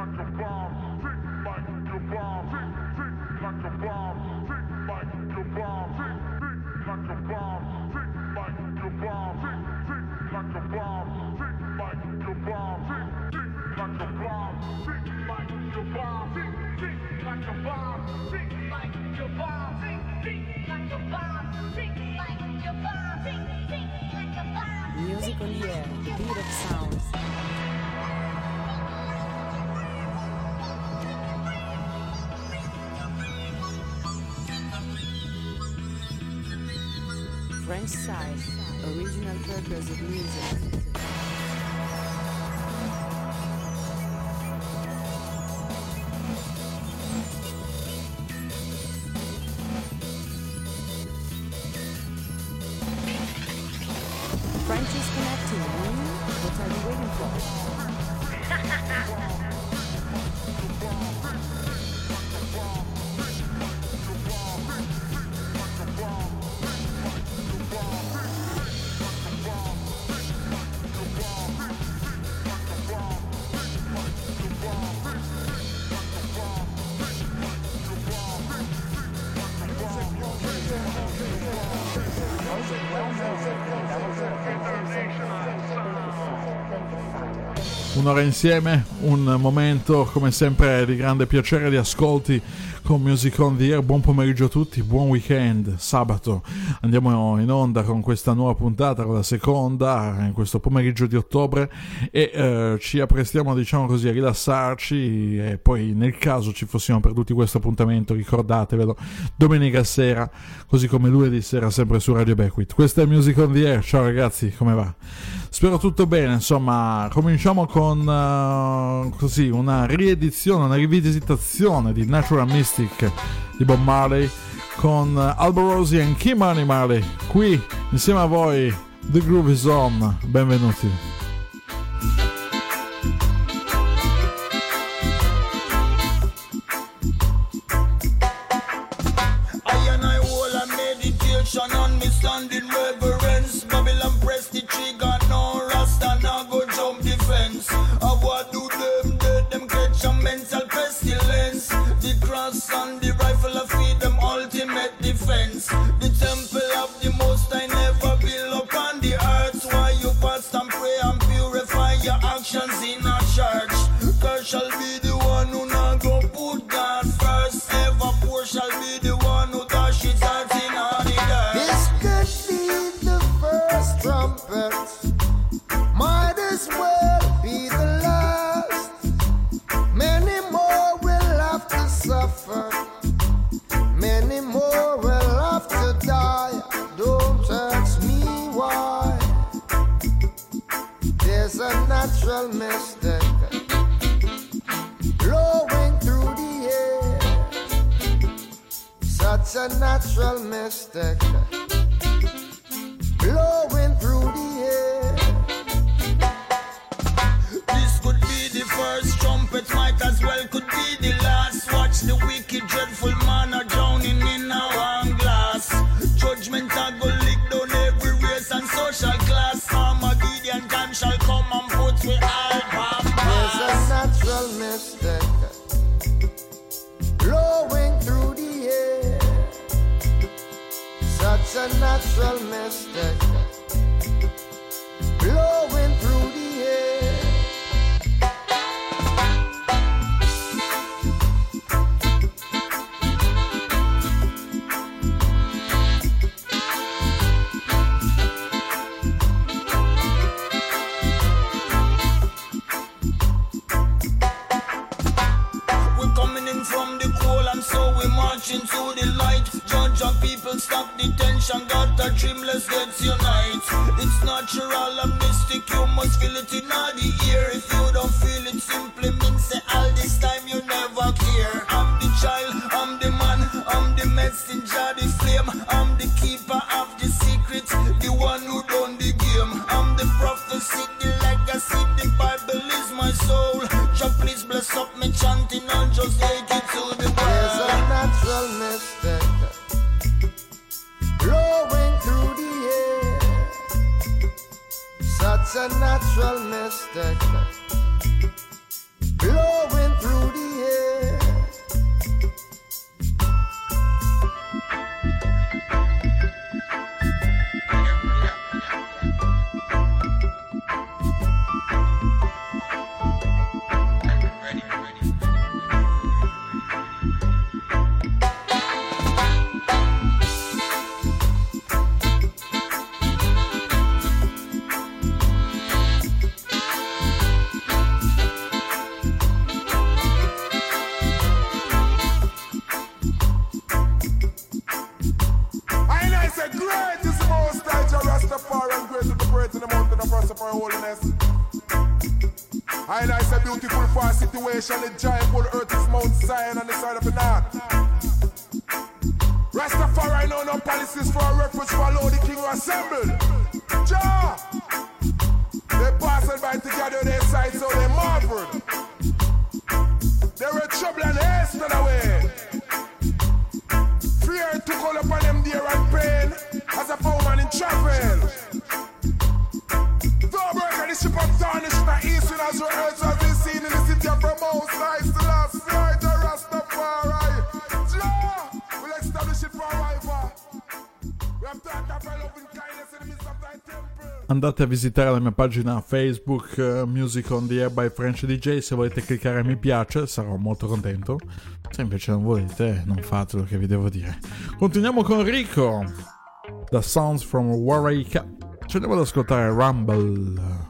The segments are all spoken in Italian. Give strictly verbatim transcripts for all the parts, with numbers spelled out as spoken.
Music on the air, the beat of sounds. French side, original purpose of music. French is connecting. What are you waiting for? Un'ora insieme, un momento come sempre di grande piacere di ascolti con Music on the Air. Buon pomeriggio a tutti, buon weekend. Sabato andiamo in onda con questa nuova puntata, con la seconda in questo pomeriggio di ottobre, e eh, ci apprestiamo, diciamo così, a rilassarci, e poi nel caso ci fossimo perduti questo appuntamento, ricordatevelo, domenica sera, così come lunedì sera, sempre su Radio Beckwith. Questa è Music on the Air. Ciao ragazzi, come va? Spero tutto bene. Insomma, cominciamo con uh, così una riedizione, una rivisitazione di Natural Mystic di Bob Marley con uh, Albo Rosie e Kim Marley. Qui insieme a voi The Groove is On. Benvenuti. I and I hold a meditation on me standing reverence. Babylon press the trigger, no rasta, now go jump the fence. I what do them dead, them catch a mental pestilence. The cross and the rifle of feed them ultimate defense. The temple of the most I never build upon the earth. Why you fast and pray and purify your actions in a church? God shall be the one who not go put God first. Ever poor shall be the one who dash it out in on the dirt. This could be the first trumpet, might as well be the last. Many more will have to suffer, many more will have to die. Don't ask me why. There's a natural mystic blowing through the air, such a natural mystic blowing through the air. This could be the first trumpet, might as well could be the last. Watch the wicked, dreadful man are drowning in our one glass. Judgment are go lick down every race and social class. Armageddon time shall come and put we all palm There's a pass. natural mystic blowing through the air, such a natural mystic blowing through the air. We're coming in from the cold and so we march into the light. Judge and people stop the tension, got a dream, let's get unite. It's natural and mystic, you must feel it in all the ear. If you don't feel it, simply means say all this time you never care. I'm the child, I'm the man, I'm the messenger, the flame. I'm the keeper of the secret, the one who done the game. I'm the prophecy, the legacy, the Bible is my soul. Jah please bless up me chanting and just take it to the There's a world. natural mystic blowing through the air, such a natural mystic blowing Rastafari situation, the giant bull earth is Mount Zion on the side of the north. Rastafari know no policies for a refuge, follow the king who assembled. Jah! They passed by together their sides, so they marveled. They were trouble and haste on the way. Fear took all upon them dear and pain, as a poor man in travel. Don't break the ship of tarnish in the east, and as your earth has been seen in the city of Ramos, nice the last night, the Rastafari. Jah! We'll establish it forever. We have taught that by loving kindness in the midst of thy temple. Andate a visitare la mia pagina Facebook uh, Music on the Air by French D J. Se volete cliccare mi piace sarò molto contento. Se invece non volete non fatelo, che vi devo dire. Continuiamo con Rico, The Sounds from Warwick. Ci andiamo ad ascoltare Rumble.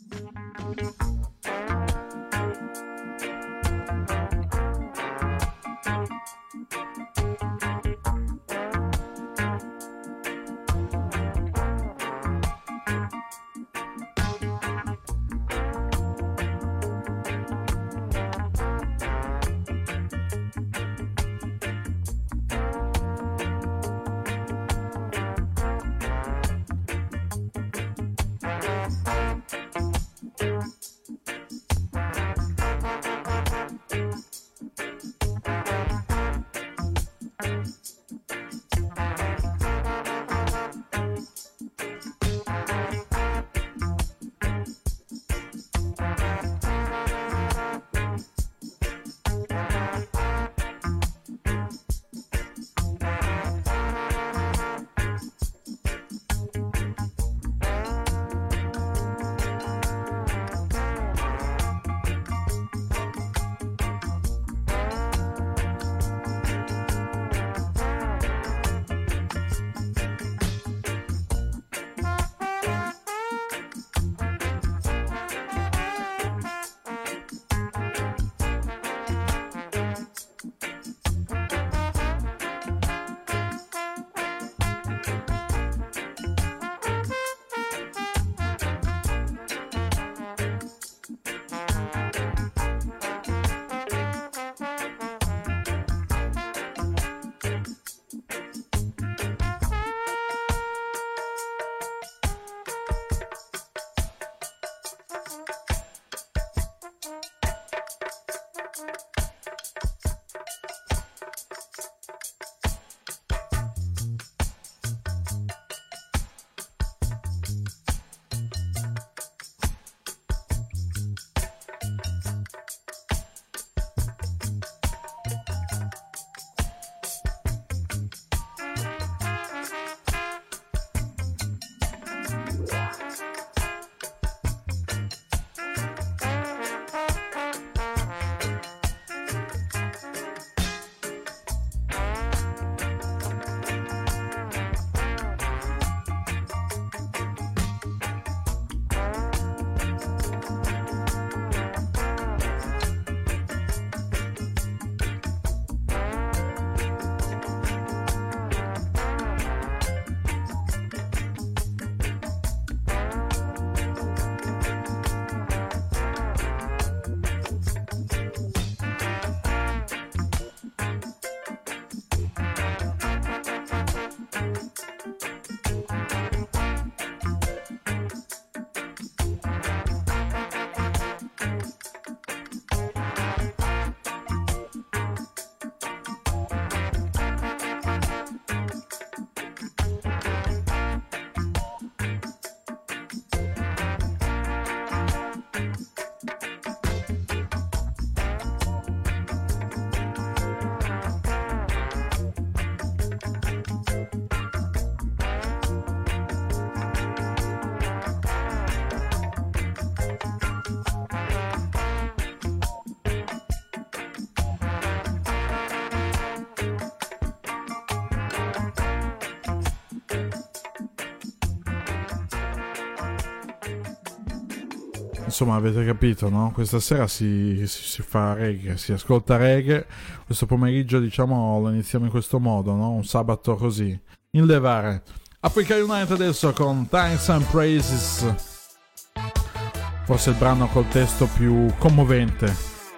Insomma, avete capito, no? Questa sera si, si, si fa reggae, si ascolta reggae. Questo pomeriggio, diciamo, lo iniziamo in questo modo, no? Un sabato così, in levare. Africa Unite adesso con Thanks and Praises. Forse il brano col testo più commovente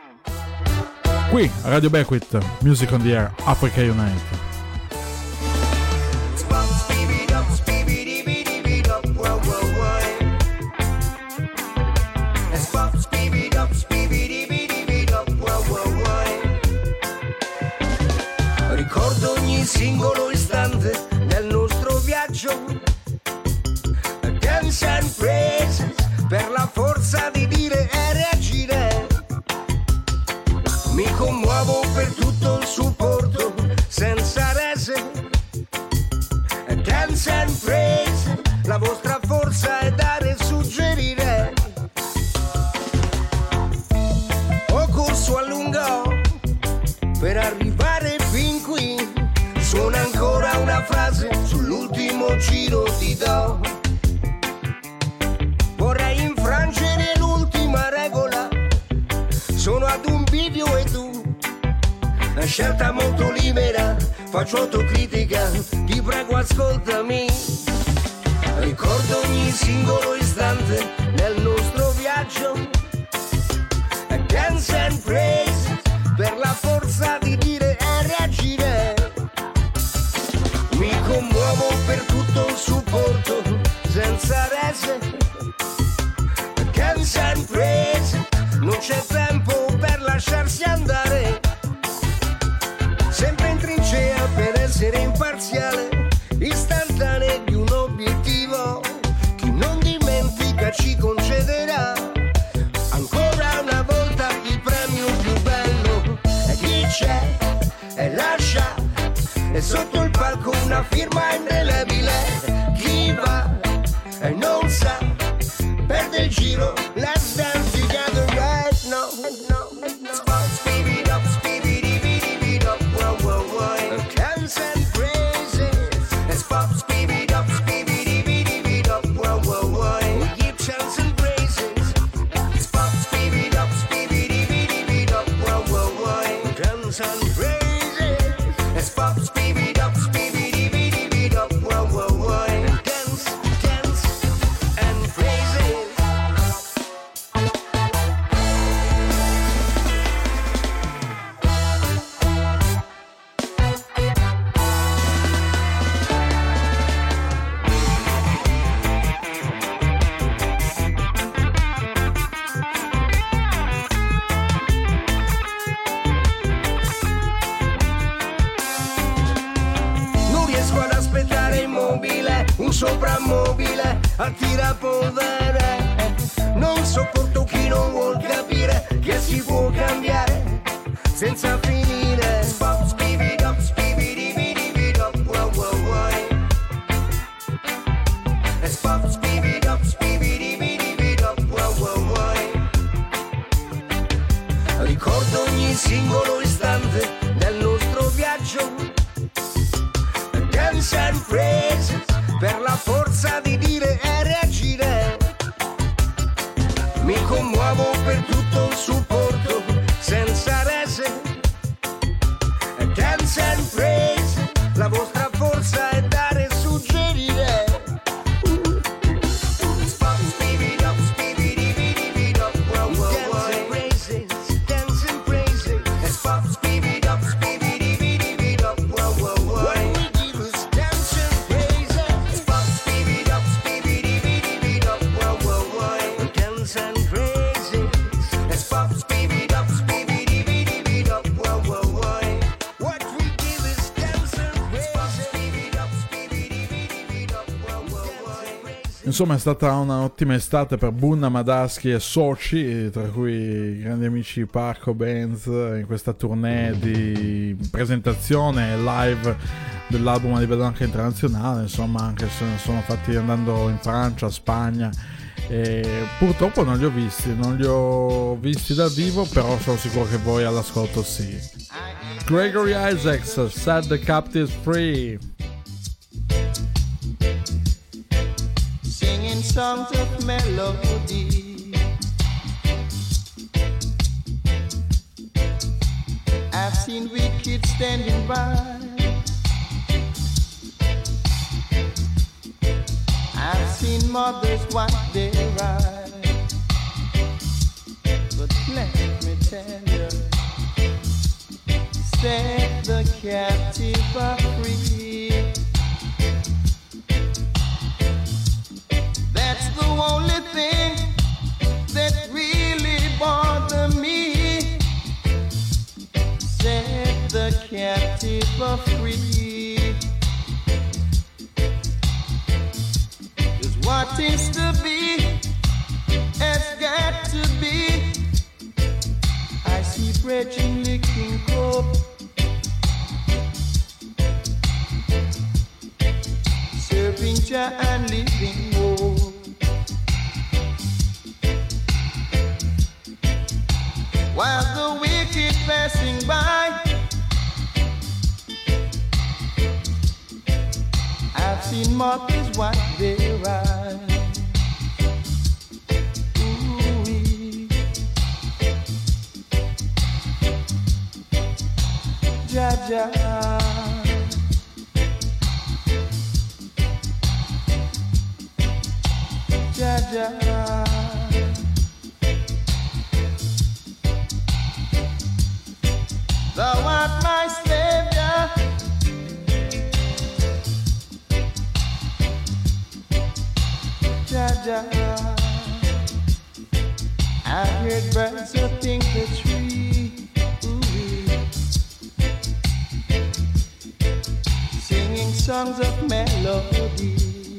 Qui a Radio Beckwith, Music on the Air, Africa Unite. Ricordo ogni singolo istante del nostro viaggio, dance and praise per la forza di dire e reagire. Mi commuovo per tutto il supporto senza rese. Dance and praise, la vostra forza è dare e suggerire. Ho corso a lungo per arrivare fin qui. Suona ancora una frase, sull'ultimo giro ti do. Vorrei infrangere l'ultima regola, sono ad un bivio e tu. Una scelta molto libera, faccio autocritica, ti prego ascoltami. Ricordo ogni singolo istante del nostro viaggio. Dance and praise per la forza di dire e reagire. Mi commuovo per tutto il supporto senza rese. Dance and praise, non c'è tempo per lasciarsi andare. Sempre in trincea per essere imparziale, istantanea di un obiettivo. Chi non dimentica ci concederà ancora una volta il premio più bello. E chi c'è e lascia, e sotto il palco una firma indelebile. Chi va e non sa, perde il giro. Let's dance together right now. Speed it up, speed it up, whoa, whoa, whoa. Dance and praises. Pop, speed it up, speed it up, whoa, whoa, whoa. We give chants and praises. Pop, speed it up, speed it up, whoa, whoa, whoa. Dance and praises. Pop, speed it up, speed it up, whoa, whoa, whoa. Dance, dance and praises. Non riesco ad aspettare immobile, un soprammobile attira polvere. Non sopporto chi non vuol capire che si può cambiare senza finire. Pop, speed it up, speed it up, wow, wow, wow. Pop, speed it up, speed it up, wow, wow, wow. Ricordo ogni singolo istante del nostro viaggio. Dance and praise per la forza di dire e reagire. Mi commuovo per tutto il supporto senza rese. Dance and praise, la vostra forza è dare e suggerire. Pop, speed it up, speed it up, wow, wow, wow. Dance and praises, dance and praises. Pop, speed it up, speed it up, wow, wow, wow. What we give is dance and praises. Pop, speed it up, speed it up, wow, wow, wow. Dance and praises. Pop, speed it up, speed it up, wow, wow, wow. What we give is dance and praises. Speed it up, speed it up, wow, wow, wow. Insomma, è stata un'ottima estate per Bunna, Madaschi e soci, tra cui i grandi amici Parco Benz, in questa tournée di presentazione live dell'album a livello anche internazionale. Insomma, anche se ne sono fatti andando in Francia, Spagna, e purtroppo non li ho visti, non li ho visti dal vivo, però sono sicuro che voi all'ascolto sì. Gregory Isaacs, Set the Captives Free. Singing songs of melody. I've seen wicked standing by. I've seen mothers wipe their eyes. But let me tell you, set the captive free. That's the only thing that really bothers me. Set the captive free. 'Cause what is to be has got to be. I see Brethren licking coke, serving Jah and living hope. While the wicked passing by, I've seen mothers wipe their eyes. Ooh-wee. Jah Jah. Jah Jah. Thou art my Savior. Jah Jah. I heard birds of pink the tree. Ooh-wee. Singing songs of melody.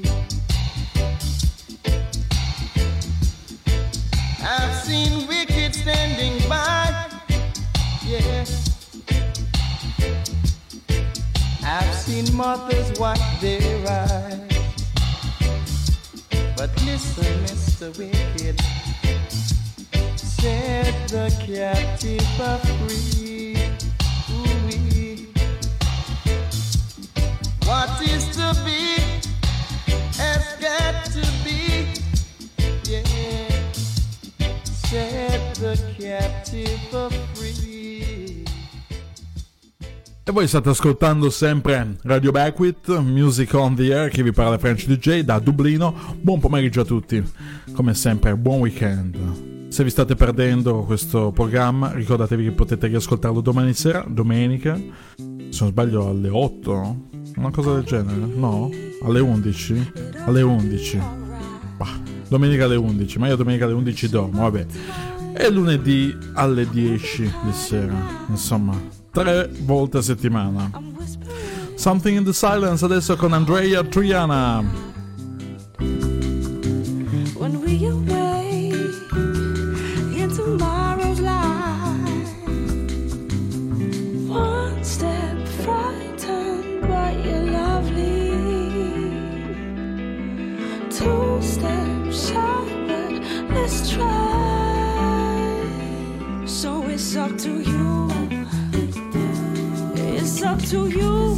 I've seen wicked standing by, yeah. I've seen mothers wipe their eyes. But listen, Mister Wicked, set the captive free. Ooh-wee. What is to be has got to be, yeah. Set the captive free. E voi state ascoltando sempre Radio Beckwith, Music on the Air, che vi parla French D J da Dublino. Buon pomeriggio a tutti, come sempre buon weekend. Se vi state perdendo questo programma, ricordatevi che potete riascoltarlo domani sera, domenica, se non sbaglio alle otto, una cosa del genere, no? Alle undici? Alle undici. Bah, domenica alle undici, ma io domenica alle undici dormo, vabbè. E lunedì alle dieci di sera, insomma, tre volte a settimana. Something in the Silence adesso con Andrea Triana. When we awake in tomorrow's light, one step frightened but you're lovely, two steps shy but let's try. So it's up to you, it's up to you,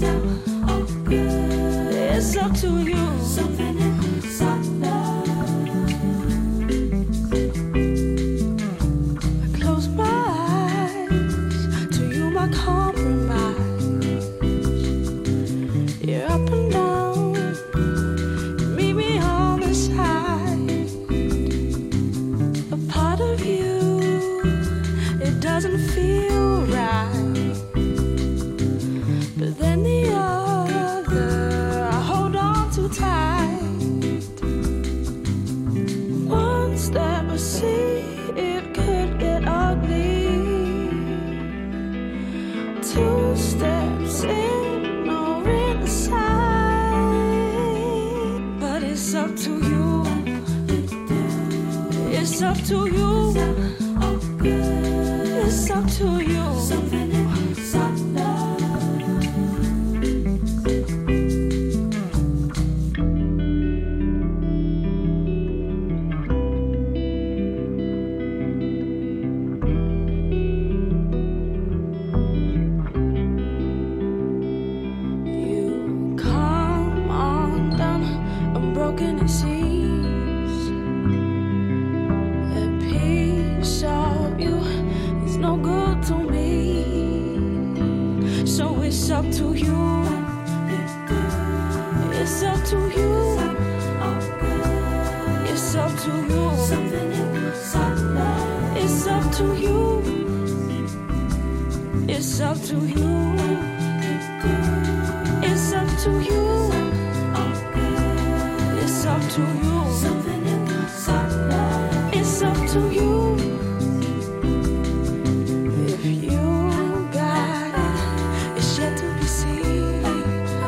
it's up to you. Something in the sunlight. I close my eyes to you, my compromise. You're up and down, meet me on the side. A part of you, it doesn't feel right, but then the other I hold on too tight. One step I see it could get ugly, two steps in or in the side. But it's up to you, it's up to you, it's up to you. Something inside. You come on down, I'm broken it seems. A piece of you is no good to me. So it's up to you, it's up to you, it's up to you, it's up to you. It's up to you. It's up to you. It's up to you. It's up to you. If you got it, it's yet to be seen.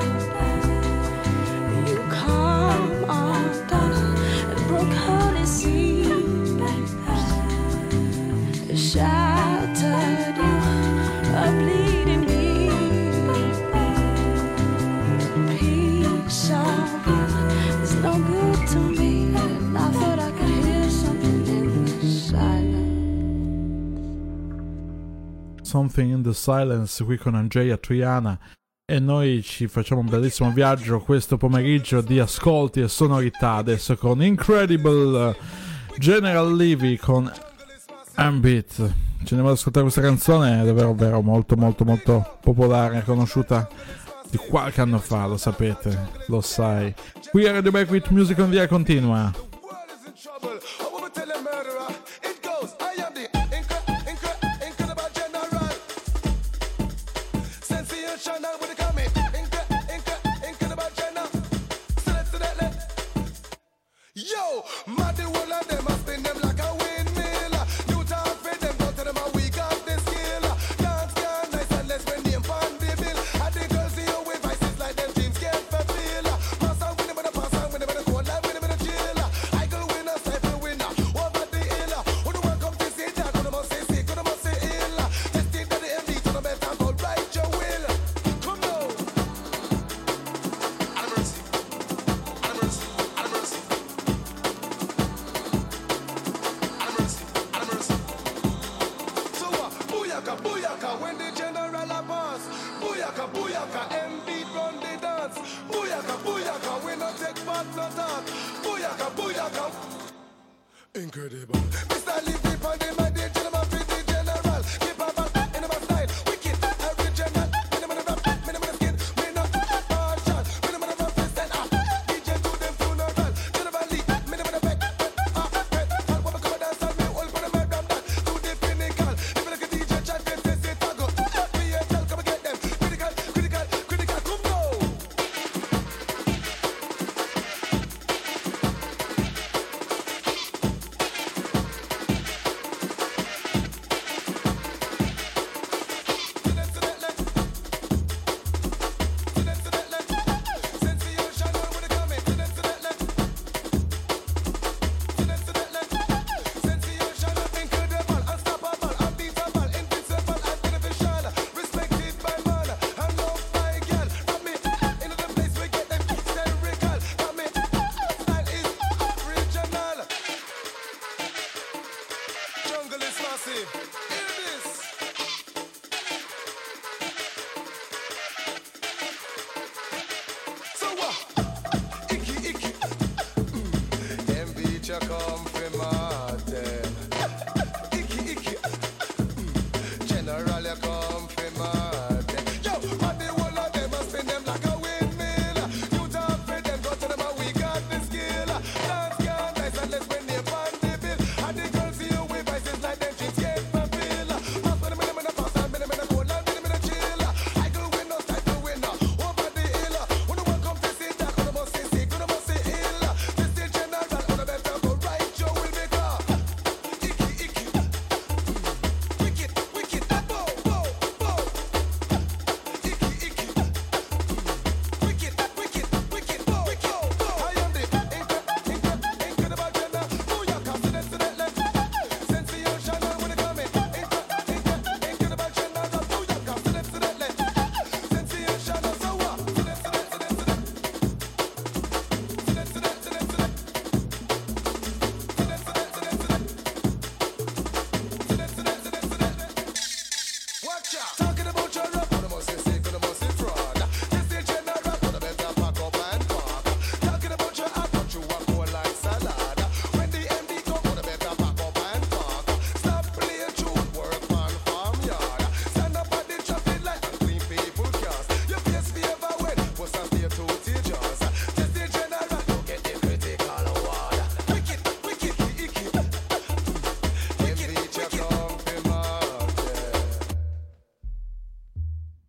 You come undone and broke hearted seams, shattered you, a bleeding me. Peace of you is no good to me. And I thought I could hear something in the silence. Something in the Silence qui con Andrea Triana, e noi ci facciamo un bellissimo viaggio questo pomeriggio di ascolti e sonorità adesso con Incredible General Levy con Ambit. Ci andiamo ad ascoltare questa canzone, è davvero, davvero molto molto molto popolare, conosciuta di qualche anno fa, lo sapete, lo sai. Qui a Radio Back with Music on the Air continua. Yo, mad the whole of them, I spin them like a windmill. You talk for them, go to them, and we got the skill. Dance can nice and less when name pan the bill. And the girls see you with vices like them dreams can't fulfill. Pass on with them, and pass on with them, and cold life with them, and chill. I go winner, cycle winner, over the hill. Who the one come to see that? Gonna must say sick, gonna must say ill. Just think that the M D to the best and go right your will. Come on. Have mercy, have mercy, have mercy. Booyaka, when the general a pass. Booyaka, booyaka, M B run the dance. Booyaka, booyaka, we no take part, no talk. Booyaka, booyaka. Incredible. Mister Leave people in my day, gentleman, fit the general. Keep a back in my style. Wicked, original. Minimum of rap, minimum of skin. We not partial. Minimum of rap, stand up. D J do them funeral. General Lee, minimum of back. Ah, pet. All women come and dance on me. All for the man down that. To the pinnacle. If you look at D J chat, they say, say, tago. P S L, come and get them. Critical, critical, critical. Come now.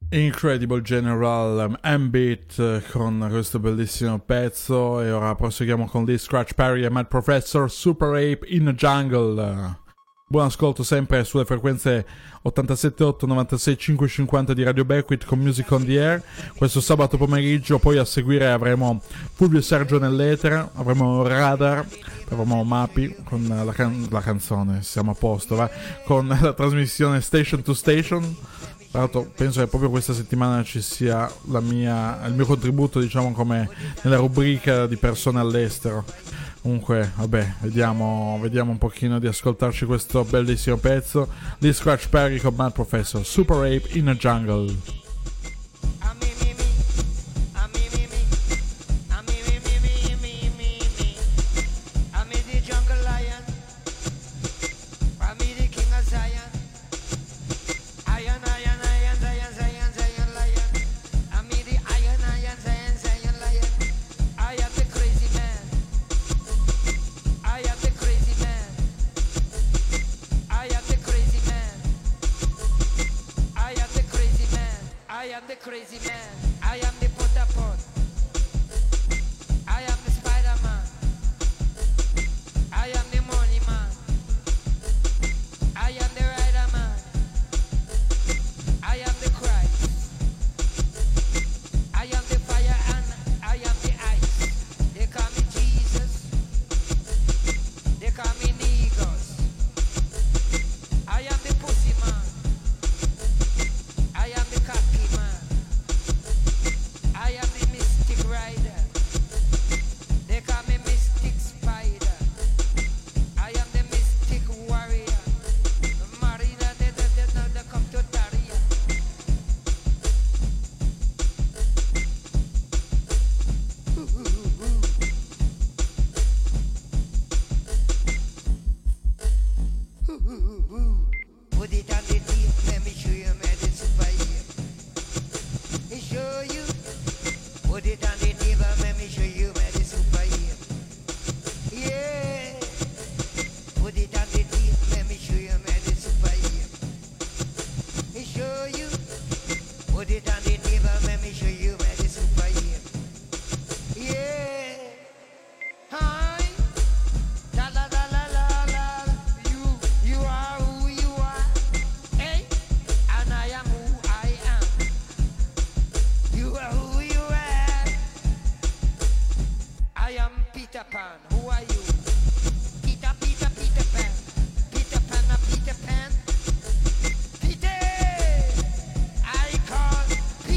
Incredible General M-Beat con questo bellissimo pezzo. E ora proseguiamo con Lee Scratch Perry e Mad Professor, Super Ape in Jungle. Buon ascolto sempre sulle frequenze ottantasette otto, novantasei cinquecentocinquanta di Radio Becquith con Music on the Air questo sabato pomeriggio. Poi a seguire avremo Fulvio e Sergio nell'etere, avremo Radar, avremo Mapi con la, can- la canzone, siamo a posto, va? Con la trasmissione Station to Station. Tra l'altro penso che proprio questa settimana ci sia la mia, il mio contributo, diciamo, come nella rubrica di persone all'estero. Comunque, vabbè, vediamo, vediamo un pochino di ascoltarci questo bellissimo pezzo di Scratch Perry con Mad Professor, Super Ape in a Jungle. Crazy man, I am the Potapot, I am the Spider-Man, I am the Money Man, I am the Rider Man, I am the Christ, I am the fire and I am the ice. They call me Jesus, they call me Negos, I am the Pussy Man, I am the Cocky Man, I am the Mystic Rider. They call me Mystic Spider. I am the Mystic Warrior. Marina, they, they, they, they, they come to Daria. Put it on the deep, let me show you my super here. Let me show you. Put it on the table, let me show you where the super here. Yeah. Put it on the table, let me show you where the super here. Let me show you. Put it on the table, let me show you where the super here. Yeah. Hi. La la la la la la. You, you are who you are. Hey. And I am who I am. You are who you are. I am Peter Pan. Who are you? Peter, Peter, Peter Pan. Peter Pan, a Peter Pan. Peter! I call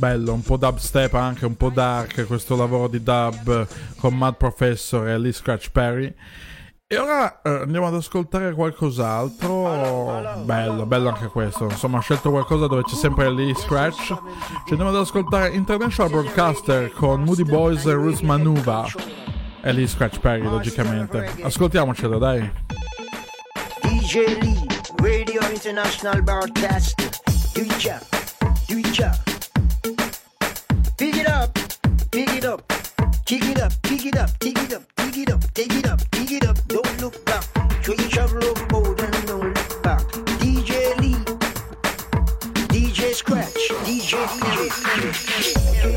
bello, un po' dubstep, anche un po' dark, questo lavoro di dub con Mad Professor e Lee Scratch Perry. E ora eh, andiamo ad ascoltare qualcos'altro. Bello, bello anche questo. Insomma, ho scelto qualcosa dove c'è sempre Lee Scratch. Ci andiamo ad ascoltare International Broadcaster con Moody Boys e Roots Manuva e Lee Scratch Perry, logicamente. Ascoltiamocelo, dai. D J Lee, Radio International Broadcaster. Do it job, do it job. Pick it up, pick it up. Kick it up, pick it up, pick it up, pick it up, take it up, pick it up, don't look back. Try to travel overboard and don't look back. D J Lee, D J Scratch, D J Lee.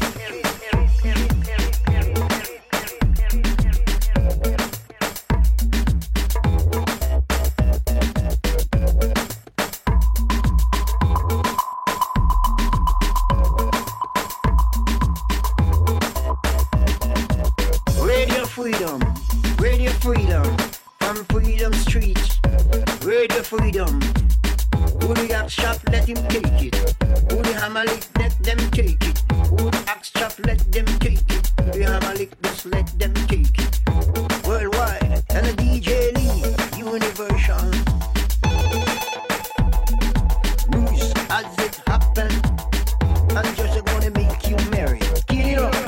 Freedom, Radio Freedom, from Freedom Street, Radio Freedom. Who the axe chop, let him take it. Who the hammer lick, let them take it. Who the axe chop, let them take it. The hammer lick, just let them take it. Worldwide, and a D J Lee, Universal. News as it happened, I'm just gonna make you merry. Get it up.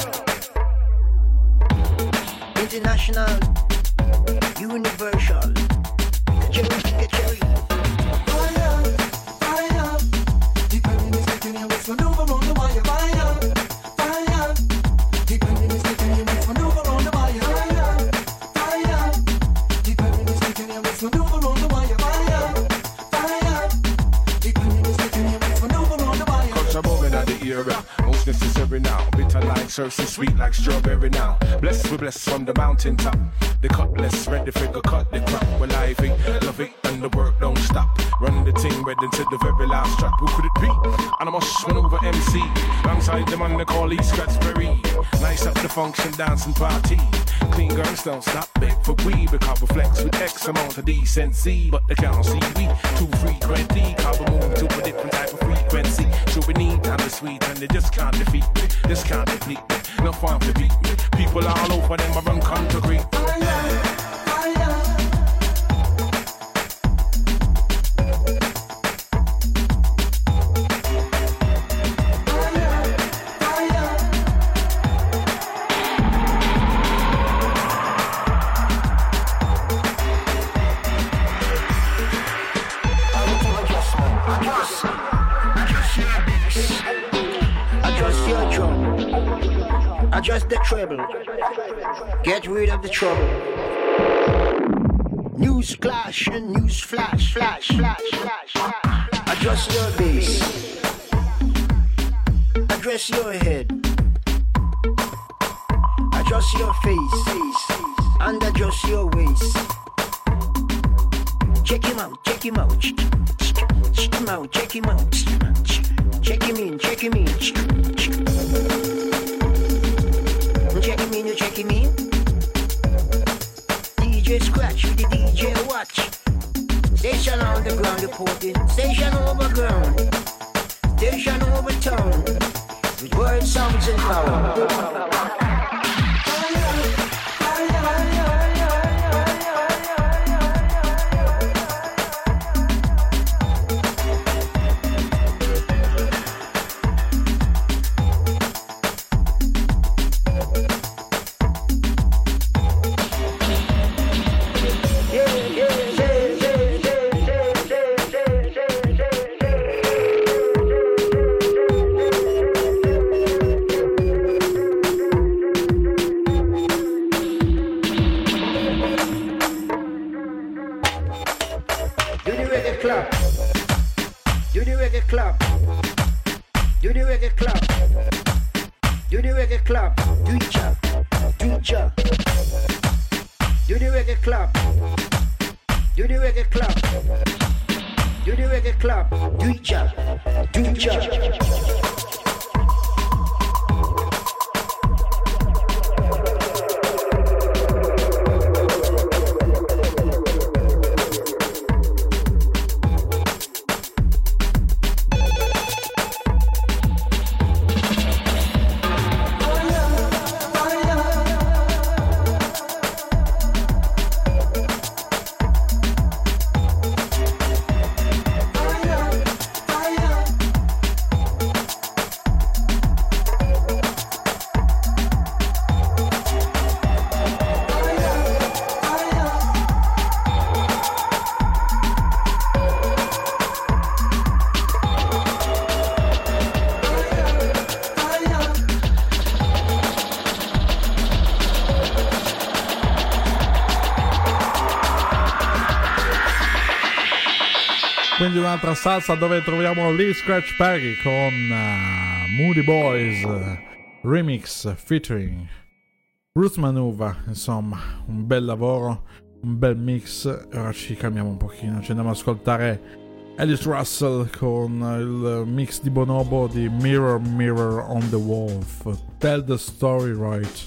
International, Universal, cherry, get cherry. Fire, fire, the pending is taking you with maneuver on the wire. Fire, fire, the pending is taking you with maneuver on the wire. Fire, fire, the pending is taking you with maneuver on the wire. Fire, fire, the pending is taking you with maneuver on the wire. Cause I'm moving out the era, most necessary now. Bitter like Cersei, sweet like strawberry now. Blessed, we bless from the mountaintop. The cutlass, ready figure, cut the crop. Well, I think, love it, and the work don't stop. Run the team, ready to the very last track. Who could it be? And I must run over M C. Alongside them on the call, Lee Scratch Perry. Nice up the function, dancing party. Clean girls don't stop, beg for we. Because we flex with X amount of decency. But they can't see we too frequently. Cause we move to a different type of frequency. So we need time to sweet, and they just can't defeat me. This can't defeat me, no fun to beat me. People all over them, I run country great. Adjust the treble. Get rid of the trouble. News clash and news flash, flash, flash, flash, flash. Adjust your bass. Address your head. Adjust your face. And adjust your waist. Check him out, check him out. Check him out, check him out. Check him in, check him in. Check him in, you check him in. D J Scratch with the D J Watch. Station on the ground reporting. Station over ground. Station over town. With word, sounds and power. quindi un'altra salsa dove troviamo Lee Scratch Perry con uh, Moody Boys uh, remix featuring Ruth Manuva. Insomma, un bel lavoro, un bel mix. Ora ci calmiamo un pochino, ci andiamo ad ascoltare Alice Russell con il mix di Bonobo di Mirror Mirror on the Wolf, Tell the Story Right.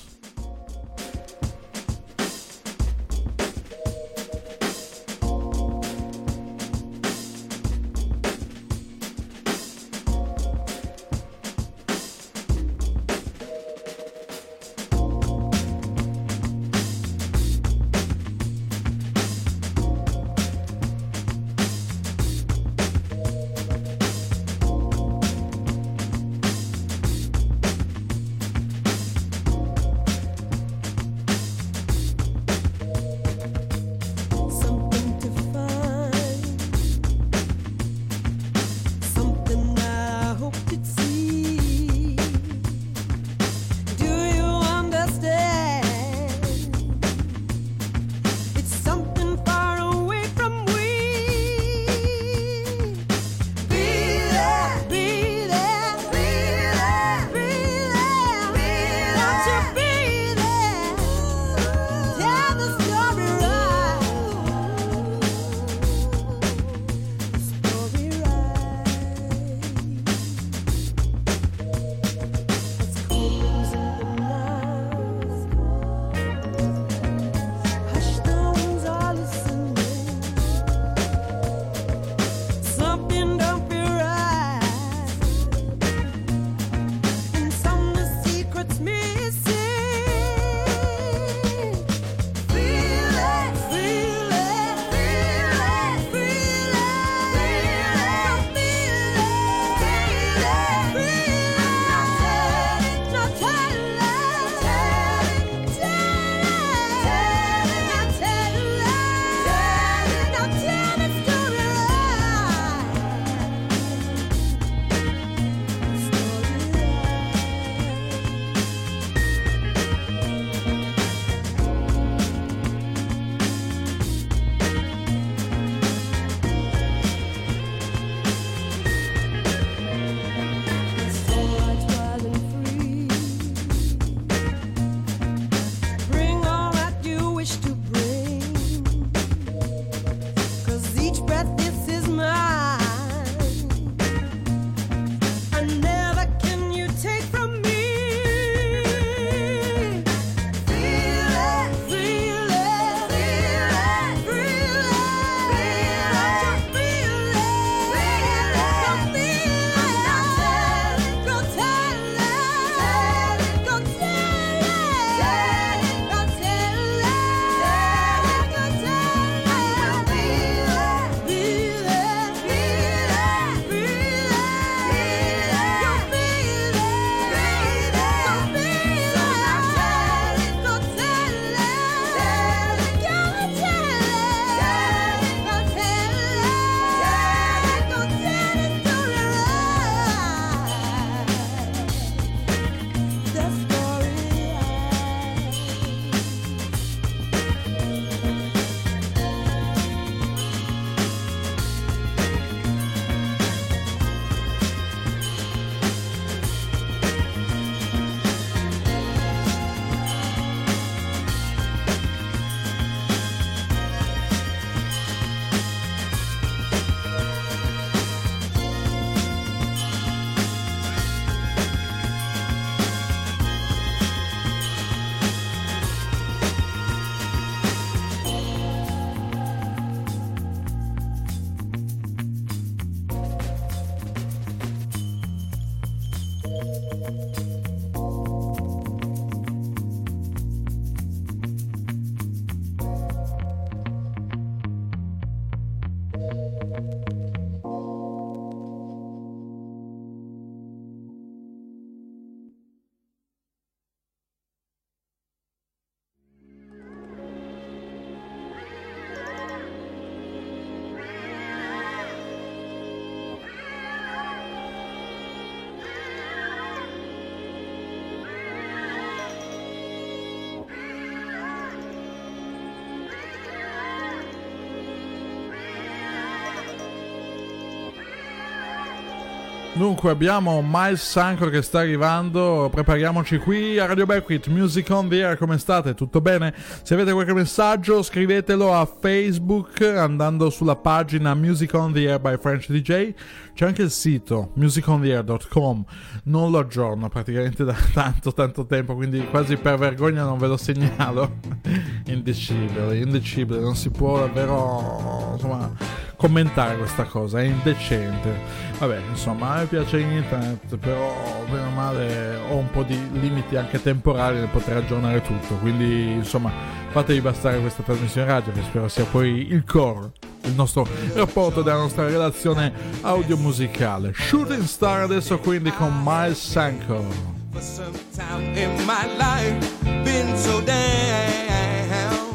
Dunque abbiamo Miles Sanko che sta arrivando, prepariamoci qui a Radio Beckwith, Music on the Air. Come state? Tutto bene? Se avete qualche messaggio scrivetelo a Facebook andando sulla pagina Music on the Air by French D J. C'è anche il sito music on the air dot com, non lo aggiorno praticamente da tanto tanto tempo, quindi quasi per vergogna non ve lo segnalo. Indecibile, indecibile, non si può davvero, insomma, commentare questa cosa, è indecente. Vabbè, insomma, a me piace internet, però bene o male ho un po' di limiti anche temporali nel poter aggiornare tutto, quindi insomma fatevi bastare questa trasmissione radio, che spero sia poi il core, il nostro rapporto della nostra relazione audio-musicale. Shooting Star adesso quindi con Miles Sanko. For some time in my life, been so down.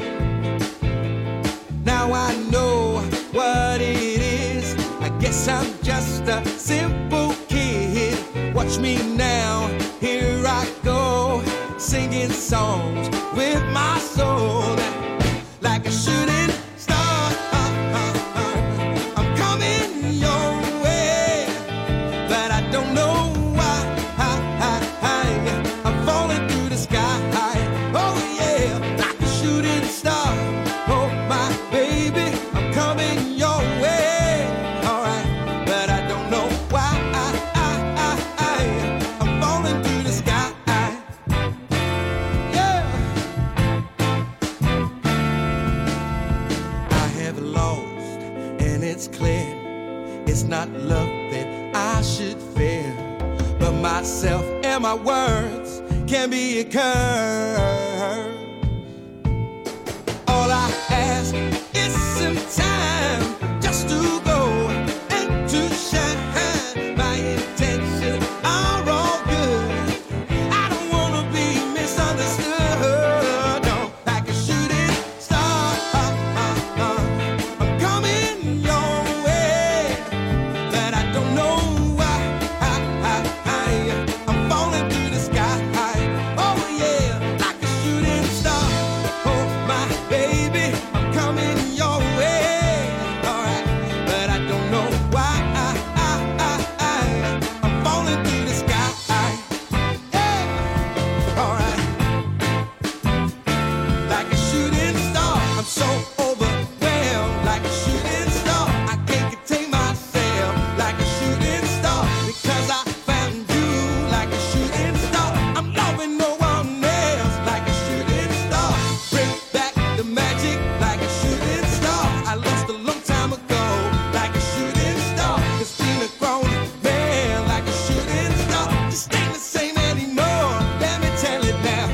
Now I know what it is. I guess I'm just a simple kid. Watch me now, here I go, singing songs with my soul, like a shooting star. I'm coming your way, but I don't know why. I'm falling through the sky. Oh yeah, like a shooting star. Oh my baby, I'm coming your way. Alright, but I don't know why. I'm falling through the sky. Yeah, I have lost, and it's clear it's not love that I should fear, but myself and my words can be a curse. All I ask is some time just to go and to shine. My intentions are all good. I don't wanna be misunderstood. No, like a shooting star. I'm coming your way, but I don't know why. I'm falling through the sky. Oh yeah, like a shooting star. Oh my baby, I'm coming your way. Alright, but I don't know why. I'm falling through the sky. Yeah, alright, like a shooting star. I'm so overwhelmed, like a shooting star. I can't contain myself, like a shooting star, because I found you, like a shooting star. I'm loving no one else, like a shooting star. Bring back the magic, like a shooting star. I lost a long time ago, like a shooting star. It's been a grown man, like a shooting star. Just ain't the same anymore, let me tell it now.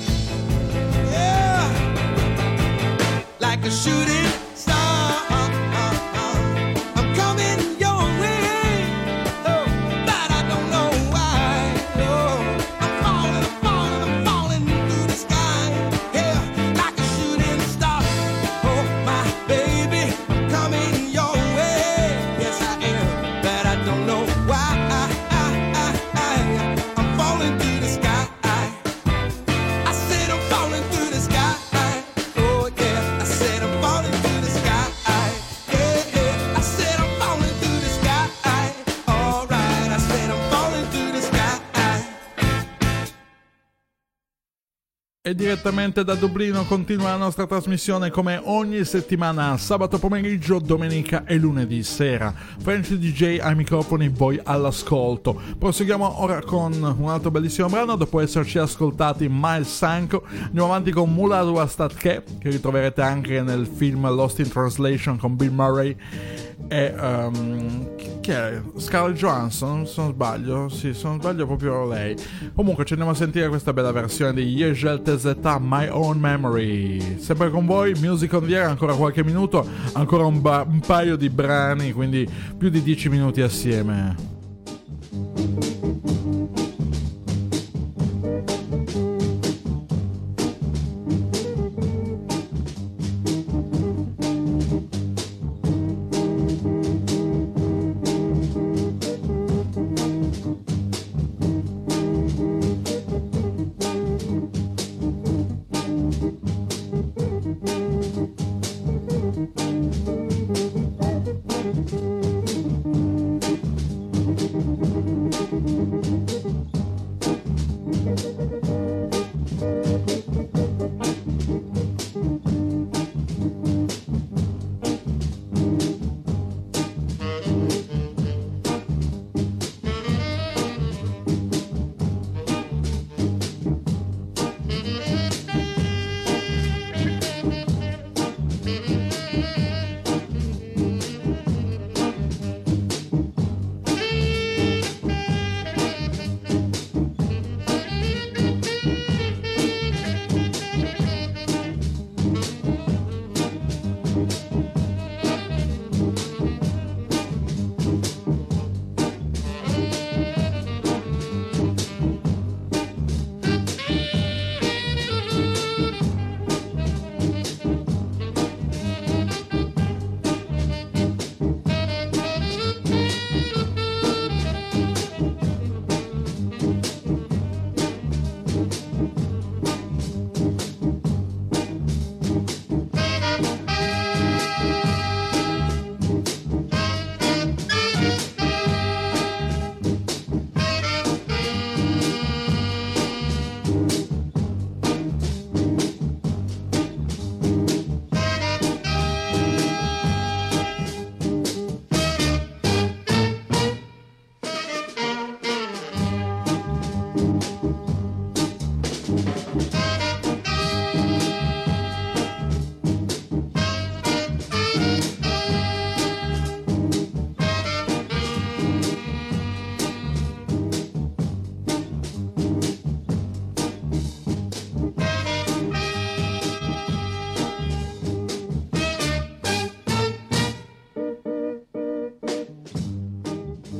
Yeah, like a shooting star. I'm coming your way, oh, but I don't know why. Oh, I'm falling, I'm falling, I'm falling through the sky. Yeah, like a shooting star. Oh my baby, I'm coming your way. Yes I am, but I don't know why. I'm falling through the sky. I said I'm falling through the sky. Oh yeah, I said I'm falling through the sky. Yeah, yeah, I said I'm falling through the sky. Alright, I said I'm falling through the sky. E direttamente da Dublino continua la nostra trasmissione come ogni settimana, sabato pomeriggio, domenica e lunedì sera. French D J ai microfoni, voi all'ascolto. Proseguiamo ora con un altro bellissimo brano. Dopo esserci ascoltati Miles Sanko, andiamo avanti con Mulatu Astatke, che ritroverete anche nel film Lost in Translation con Bill Murray e um, chi è? Scarlett Johansson, se non sbaglio. Sì, se non sbaglio proprio lei. Comunque ci andiamo a sentire questa bella versione di Yegel T Z My Own Memory. Sempre con voi Music on the Air, ancora qualche minuto, ancora un, ba- un paio di brani, quindi più di dieci minuti assieme. Thank you.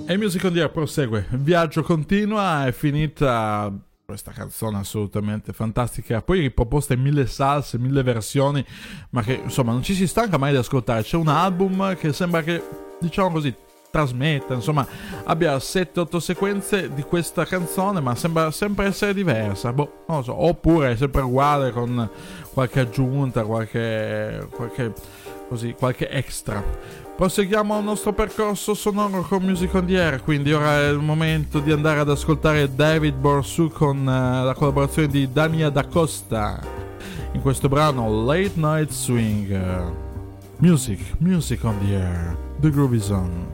E Music on the Air prosegue, il viaggio continua, è finita questa canzone assolutamente fantastica, poi riproposta in mille salse, mille versioni, ma che insomma non ci si stanca mai di ascoltare. C'è un album che sembra che, diciamo così, trasmetta, insomma abbia sette otto sequenze di questa canzone, ma sembra sempre essere diversa, boh, non lo so, oppure è sempre uguale con qualche aggiunta, qualche qualche così, qualche extra. Proseguiamo il nostro percorso sonoro con Music on the Air, quindi ora è il momento di andare ad ascoltare David Borsu con uh, la collaborazione di Dania Da Costa in questo brano Late Night Swing. Uh, music, Music on the Air, The Groove is On.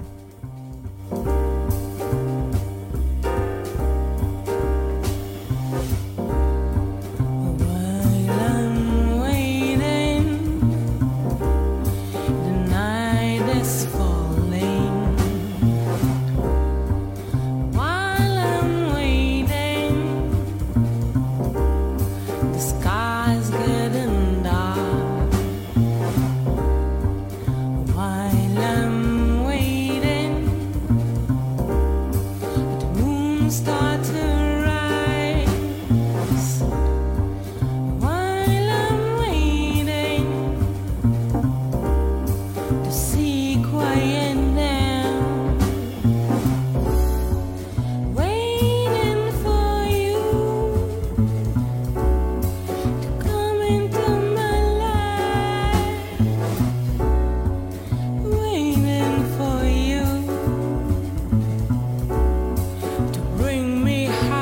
Bring me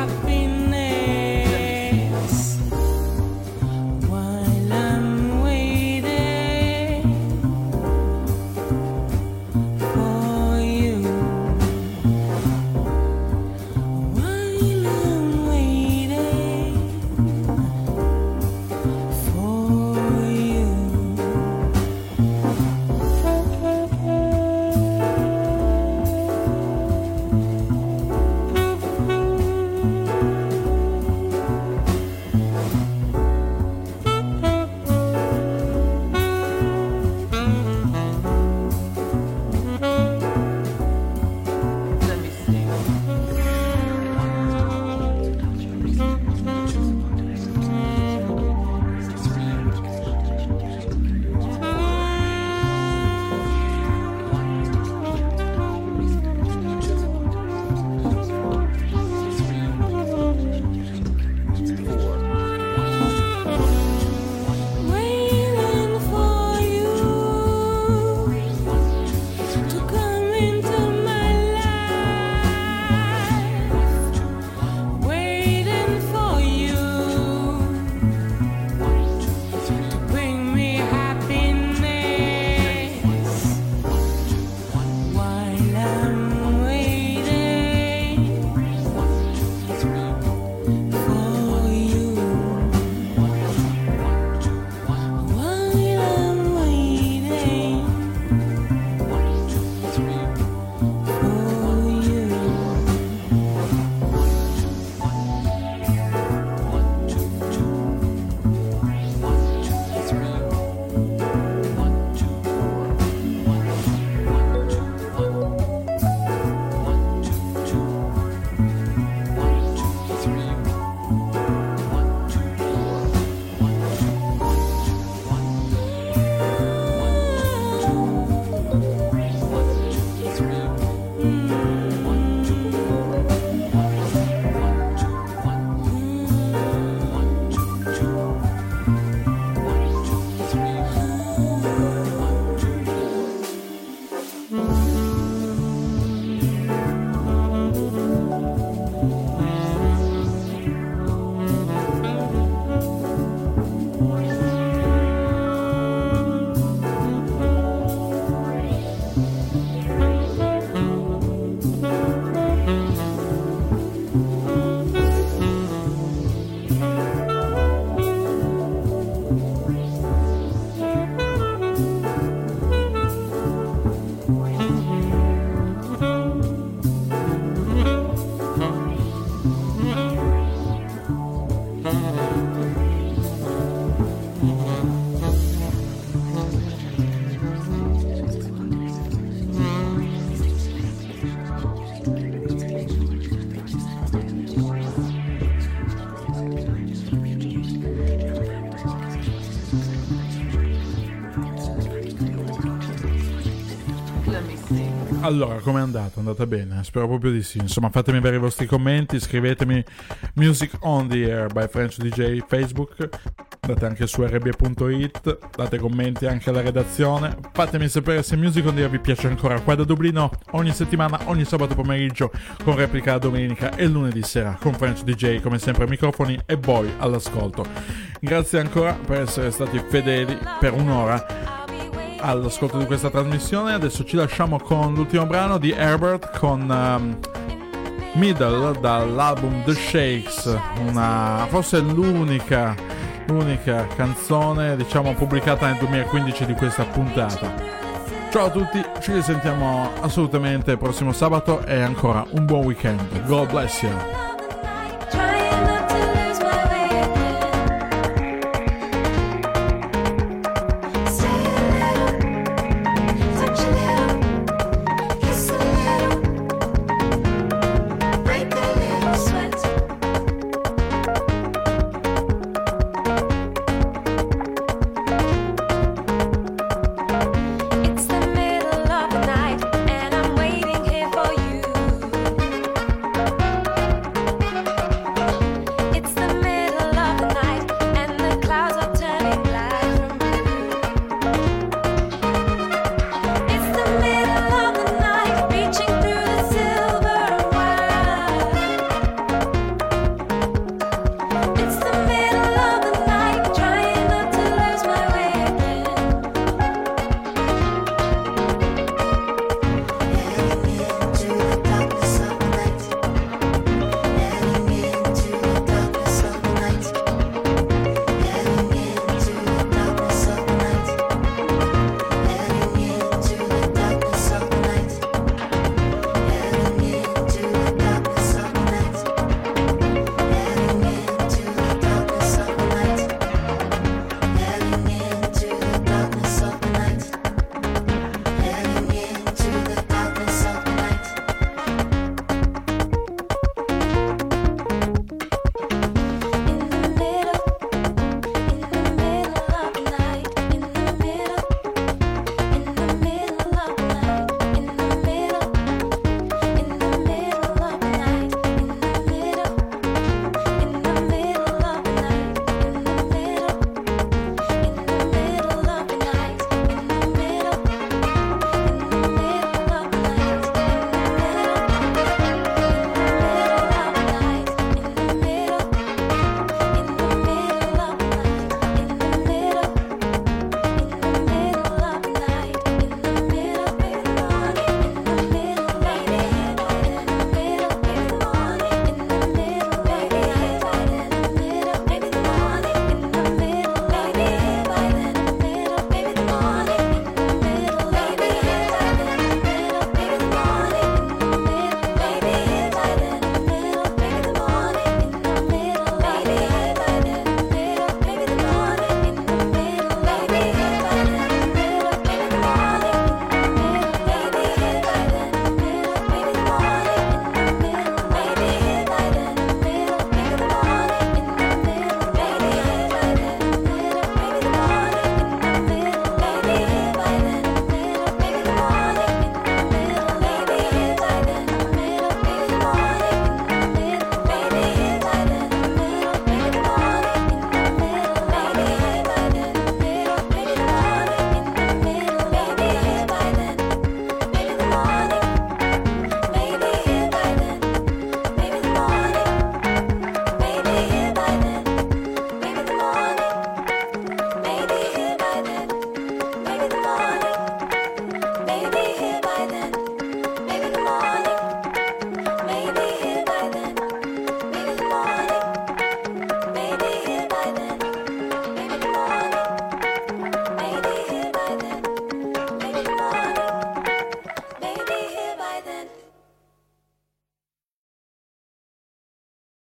Allora, com'è andata? È andata bene? Spero proprio di sì. Insomma, fatemi avere i vostri commenti, scrivetemi Music on the Air by French D J Facebook, date anche su r b punto it, date commenti anche alla redazione, fatemi sapere se Music on the Air vi piace ancora qua da Dublino, ogni settimana, ogni sabato pomeriggio, con replica la domenica e lunedì sera, con French D J, come sempre microfoni e voi all'ascolto. Grazie ancora per essere stati fedeli per un'ora all'ascolto di questa trasmissione. Adesso ci lasciamo con l'ultimo brano di Herbert con um, Middle dall'album The Shakes, una forse l'unica l'unica canzone diciamo pubblicata nel duemilaquindici di questa puntata. Ciao a tutti, ci risentiamo assolutamente il prossimo sabato e ancora un buon weekend. God bless you.